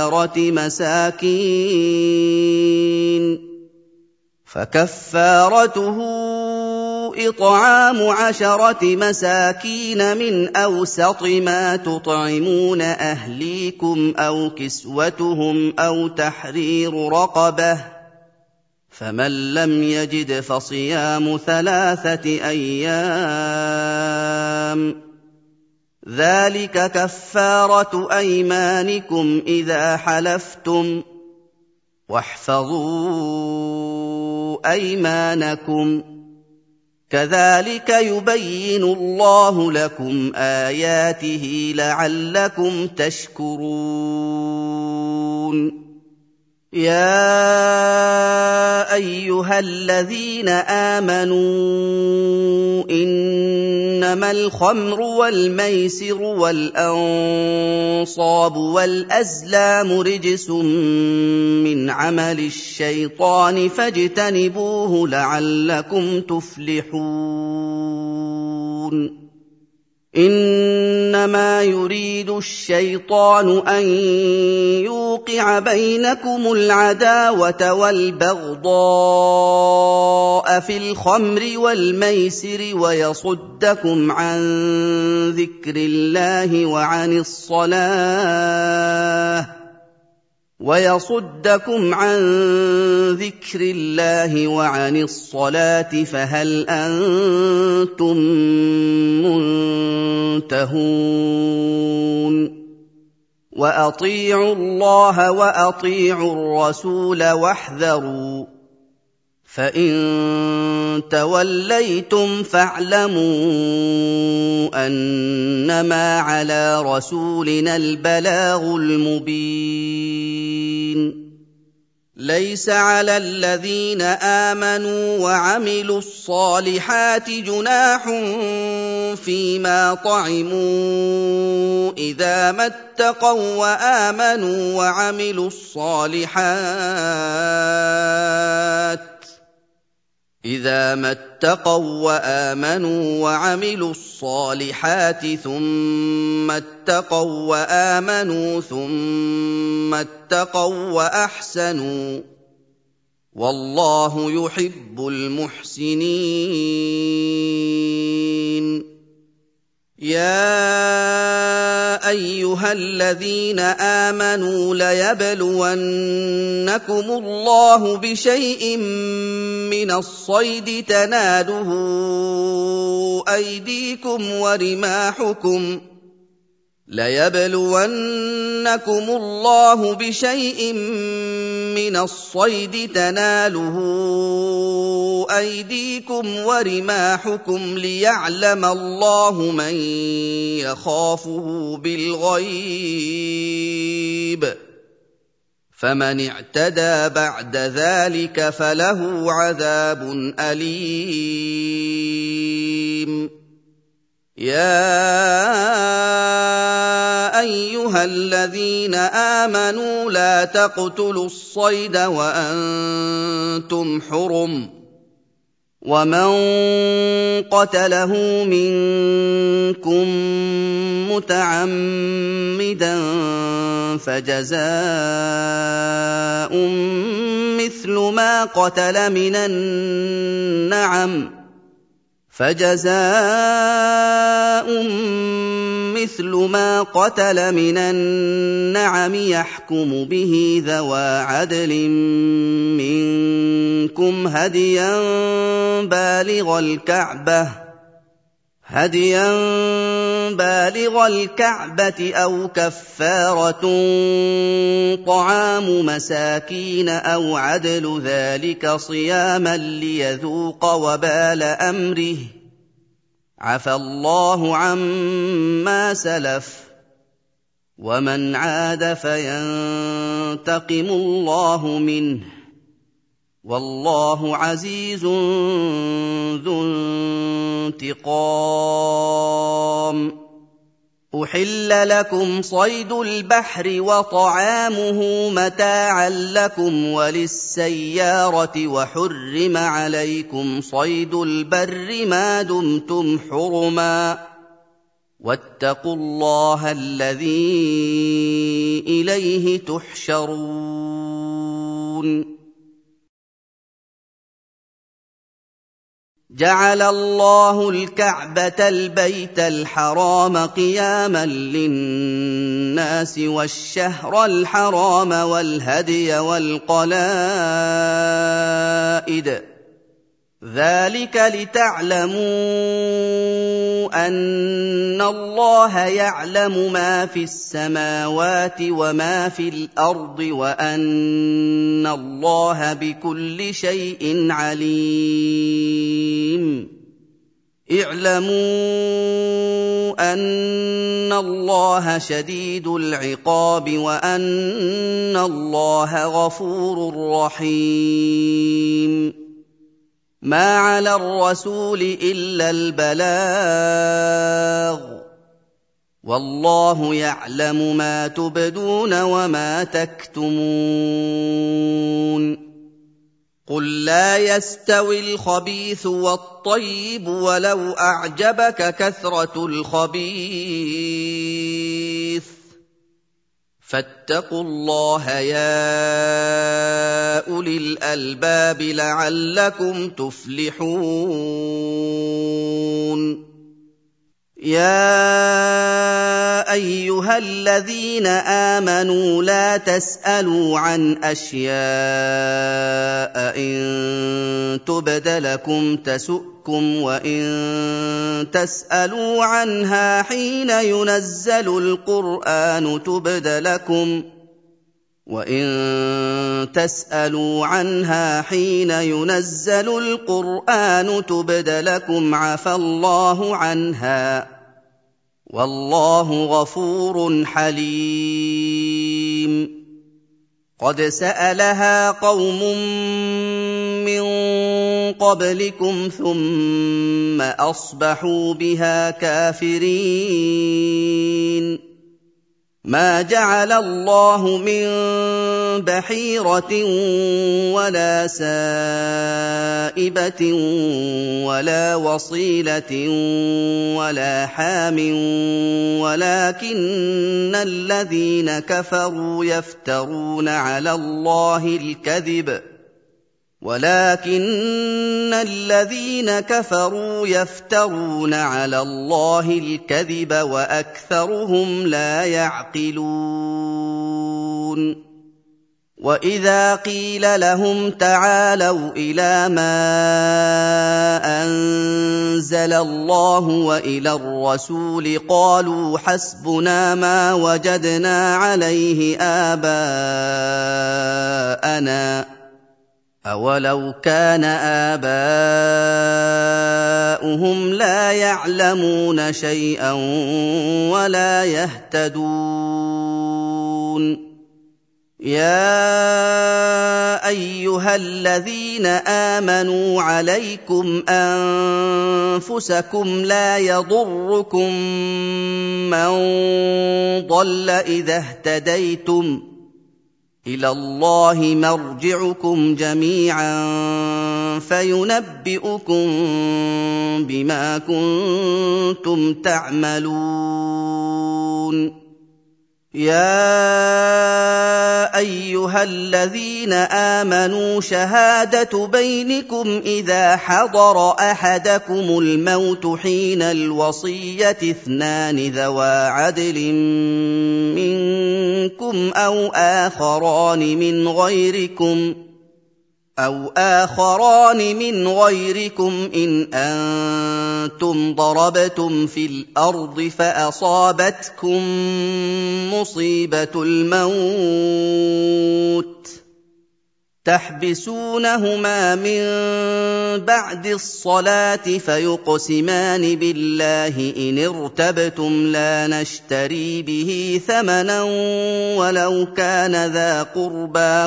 عشرة مساكين من أوسط ما تطعمون أهليكم أو كسوتهم أو تحرير رقبة فمن لم يجد فصيام 3 أيام ذلك كفارة أيمانكم إذا حلفتم واحفظوا أيمانكم كذلك يبين الله لكم آياته لعلكم تشكرون يا أيها الذين آمنوا إنما الخمر والميسر والأنصاب والأزلام رجس من عمل الشيطان فاجتنبوه لعلكم تفلحون إنما يريد الشيطان أن يوقع بينكم العداوة والبغضاء في الخمر والميسر ويصدكم عن ذكر الله وعن الصلاة فهل أنتم منتهون وأطيعوا الله وأطيعوا الرسول واحذروا فإن توليتم فاعلموا أنما على رسولنا البلاغ المبين ليس على الذين آمنوا وعملوا الصالحات جناح فيما طعموا إذا ما اتقوا وآمنوا وعملوا الصالحات ثم اتقوا وآمنوا ثم اتقوا وأحسنوا والله يحب المحسنين يا أيها الذين آمنوا ليبلونكم الله بشيء من الصيد تناله أيديكم ورماحكم ليعلم الله من يخافه بالغيب فمن اعتدى بعد ذلك فله عذاب أليم يا ايها الذين امنوا لا تقتلوا الصيد وانتم حرم ومن قتله منكم متعمدا فجزاء مثل ما قتل من النعم يحكم به ذوى عدل منكم هديا بالغ الكعبة أو كفارة طعام مساكين أو عدل ذلك صياما ليذوق وبال أمره عفى الله عما سلف ومن عاد فينتقم الله منه والله عزيز ذو انتقام أحل لكم صيد البحر وطعامه متاعا لكم وللسيارة وحرم عليكم صيد البر ما دمتم حرما واتقوا الله الذي إليه تحشرون جعل الله الكعبة البيت الحرام قياما للناس والشهر الحرام والهدي والقلائد ذلك لتعلموا أن الله يعلم ما في السماوات وما في الأرض وأن الله بكل شيء عليم اعلموا أن الله شديد العقاب وأن الله غفور رحيم ما على الرسول إلا البلاغ والله يعلم ما تبدون وما تكتمون قل لا يستوي الخبيث والطيب ولو أعجبك كثرة الخبيث فاتقوا الله يا أولي الألباب لعلكم تفلحون يا أيها الذين آمنوا لا تسألوا عن أشياء إن تبد لكم تسؤكم وإن تسألوا عنها حين ينزل القرآن تبد لكم عفى الله عنها والله غفور حليم قد سألها قوم من قبلكم ثم أصبحوا بها كافرين ما جعل الله من بحيرة ولا سائبة ولا وصيلة ولا حام ولكن الذين كفروا يفترون على الله الكذب وأكثرهم لا يعقلون وإذا قيل لهم تعالوا إلى ما أنزل الله وإلى الرسول قالوا حسبنا ما وجدنا عليه آباءنا أولو كان آباؤهم لا يعلمون شيئا ولا يهتدون يَا أَيُّهَا الَّذِينَ آمَنُوا عَلَيْكُمْ أَنفُسَكُمْ لَا يَضُرُّكُم مَّن ضَلَّ إِذَا اهْتَدَيْتُمْ ۚ إِلَى اللَّهِ مَرْجِعُكُمْ جَمِيعًا فَيُنَبِّئُكُم بِمَا كُنتُمْ تَعْمَلُونَ يَا أَيُّهَا الَّذِينَ آمَنُوا شَهَادَةُ بَيْنِكُمْ إِذَا حَضَرَ أَحَدَكُمُ الْمَوْتُ حِينَ الْوَصِيَّةِ اثْنَانِ ذَوَا عَدْلٍ مِّنكُمْ أَوْ آخَرَانِ مِنْ غَيْرِكُمْ إِنْ أَنتُمْ ضَرَبْتُمْ فِي الْأَرْضِ فَأَصَابَتْكُم مُّصِيبَةُ الْمَوْتِ تَحْبِسُونَهُمَا مِن بَعْدِ الصَّلَاةِ فَيُقْسِمَانِ بِاللَّهِ إِنِ ارْتَبْتُمْ لَا نَشْتَرِي بِهِ ثَمَنًا وَلَوْ كَانَ ذَا قُرْبَىٰ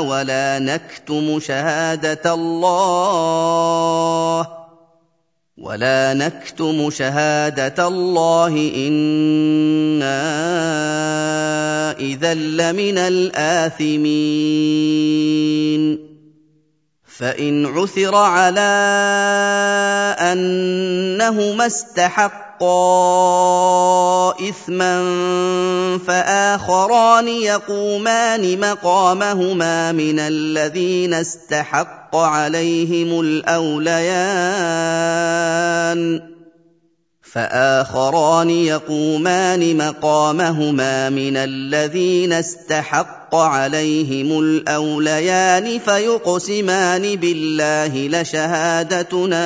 وَلَا نَكْتُمُ شَهَادَةَ اللَّهِ إِنَّا إِذًا لَّمِنَ الْآثِمِينَ فَإِنْ عُثِرَ عَلَىٰ أَنَّهُمَا اسْتَحَقَّا إِثْمًا فَآخَرَانِ يَقُومَانِ مَقَامَهُمَا مِنَ الَّذِينَ اسْتَحَقَّ عليهم الْأَوْلَيَانِ فَيُقْسِمَانِ بِاللَّهِ لَشَهَادَتُنَا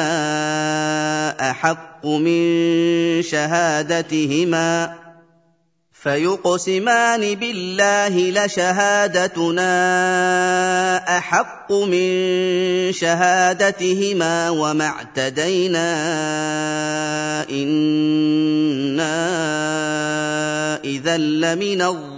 أَحَقُّ مِن شَهَادَتِهِمَا وَمَا اعْتَدَيْنَا إِنَّا إِذًا لَّمِنَ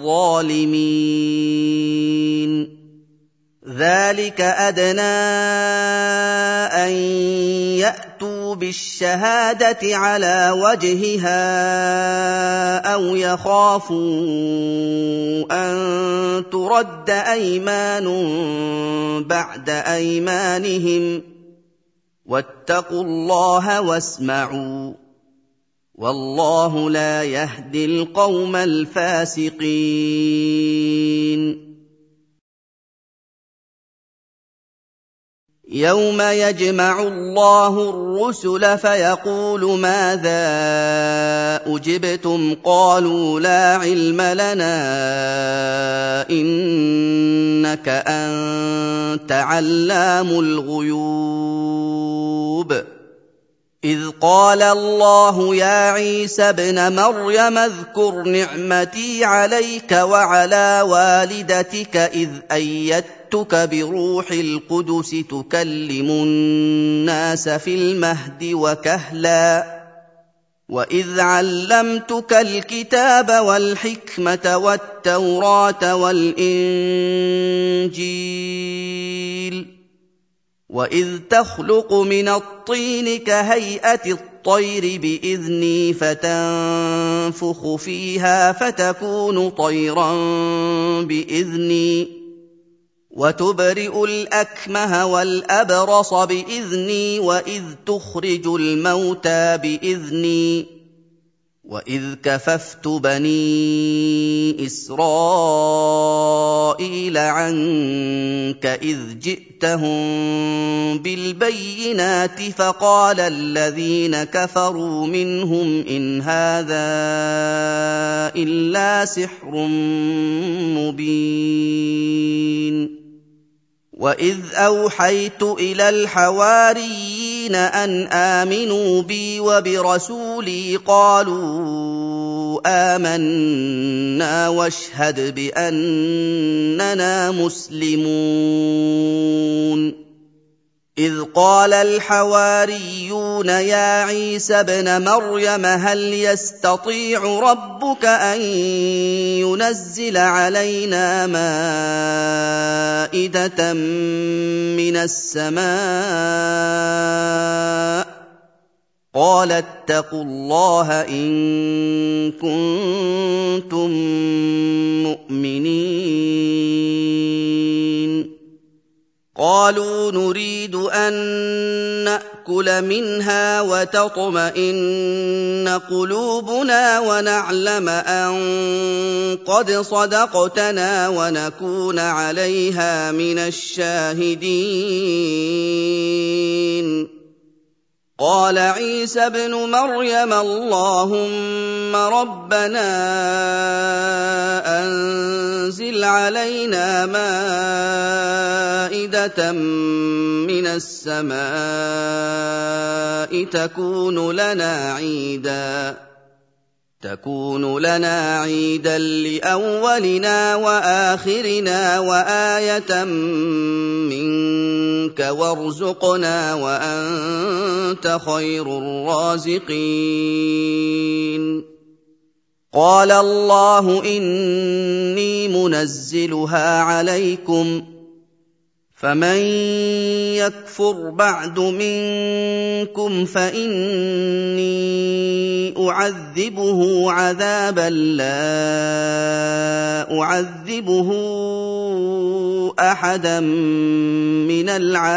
الظَّالِمِينَ ذَٰلِكَ أَدْنَىٰ أَن يَأْتُوا بِالشَّهَادَةِ عَلَىٰ وَجْهِهَا أَوْ يَخَافُوا أَن تُرَدَّ أَيْمَانٌ بَعْدَ أَيْمَانِهِمْ ۗ وَاتَّقُوا اللَّهَ وَاسْمَعُوا ۗ وَاللَّهُ لَا يَهْدِي الْقَوْمَ الْفَاسِقِينَ يَوْمَ يَجْمَعُ اللَّهُ الرُّسُلَ فَيَقُولُ مَاذَا أُجِبْتُمْ ۖ قَالُوا لَا عِلْمَ لَنَا إِنَّكَ أَنتَ عَلَّامُ الْغُيُوبِ إِذْ قَالَ اللَّهُ يَا عِيسَى ابْنَ مَرْيَمَ اذْكُرْ نِعْمَتِي عَلَيْكَ وَعَلَىٰ وَالِدَتِكَ إِذْ أَيَّدتُّكَ بِرُوحِ الْقُدُسِ تُكَلِّمُ النَّاسَ فِي الْمَهْدِ وَكَهْلًا وَإِذْ عَلَّمْتُكَ الْكِتَابَ وَالْحِكْمَةَ وَالتَّوْرَاةَ وَالْإِنجِيلَ وَإِذْ تَخْلُقُ مِنَ الطِّينِ كَهَيْئَةِ الطَّيْرِ بِإِذْنِي فَتَنفُخُ فِيهَا فَتَكُونُ طَيْرًا بِإِذْنِي وَتُبْرِئُ الْأَكْمَهَ وَالْأَبْرَصَ بِإِذْنِي وَإِذْ تُخْرِجُ الْمَوْتَىٰ بِإِذْنِي وَإِذْ كَفَفْتُ بَنِي إِسْرَائِيلَ عَنكَ إِذْ جِئْتَهُم بِالْبَيِّنَاتِ فَقَالَ الَّذِينَ كَفَرُوا مِنْهُمْ إِنْ هَٰذَا إِلَّا سِحْرٌ مُّبِينٌ وَإِذْ أَوْحَيْتُ إِلَى الْحَوَارِيِّينَ أَنْ آمِنُوا بِي وَبِرَسُولِي قَالُوا آمَنَّا وَاشْهَدْ بِأَنَّنَا مُسْلِمُونَ إِذْ قَالَ الْحَوَارِيُّونَ يَا عِيسَى ابْنَ مَرْيَمَ هَلْ يَسْتَطِيعُ رَبُّكَ أَن لينزل علينا مائدة من السماء قال اتقوا الله إن كنتم مؤمنين قالوا نريد أن نأكل منها وتطمئن قلوبنا ونعلم أن قد صدقتنا ونكون عليها من الشاهدين قال عيسى ابن مريم اللهم ربنا أنزل علينا مائدة من السماء تكون لنا عيدا لأولنا وآخرنا وآية منك وارزقنا وأنت خير الرازقين قال الله إني منزلها عليكم فمن يكفر بعد منكم فإني أعذبه عذابا لا أعذبه أحدا من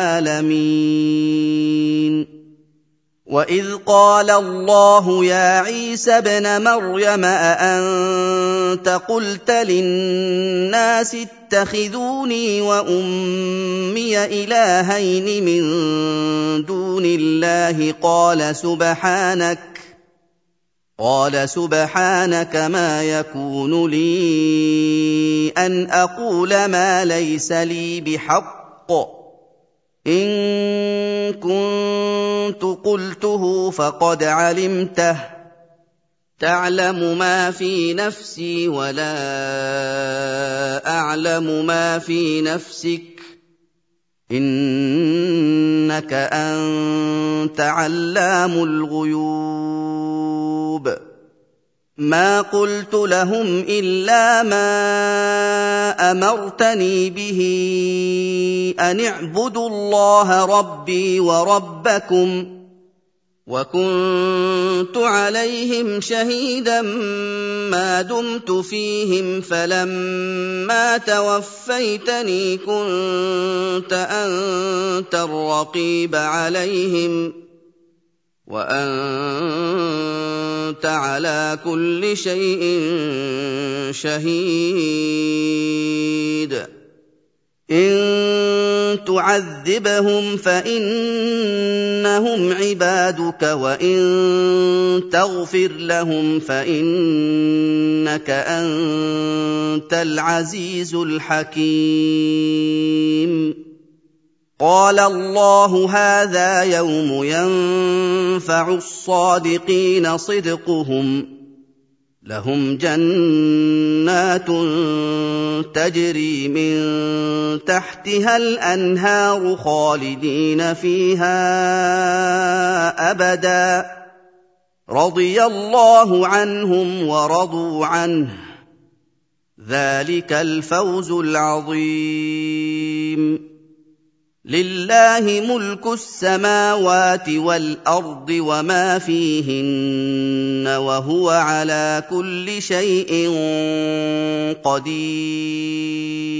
العالمين وإذ قال الله يا عيسى ابن مريم أأنت قلت للناس اتخذوني وأمي إلهين من دون الله قال سبحانك ما يكون لي أن أقول ما ليس لي بحق إن كنت قلته فقد علمته تعلم ما في نفسي ولا أعلم ما في نفسك إنك أنت علام الغيوب ما قلت لهم إلا ما أمرتني به أن اعبدوا الله ربي وربكم وكنت عليهم شهيدا ما دمت فيهم فلما توفيتني كنت أنت الرقيب عليهم وأنت على كل شيء شهيد إن تعذبهم فإنهم عبادك وإن تغفر لهم فإنك أنت العزيز الحكيم قال الله هذا يوم ينفع الصادقين صدقهم لهم جنات تجري من تحتها الأنهار خالدين فيها أبدا رضي الله عنهم ورضوا عنه ذلك الفوز العظيم لله ملك السماوات والأرض وما فيهن وهو على كل شيء قدير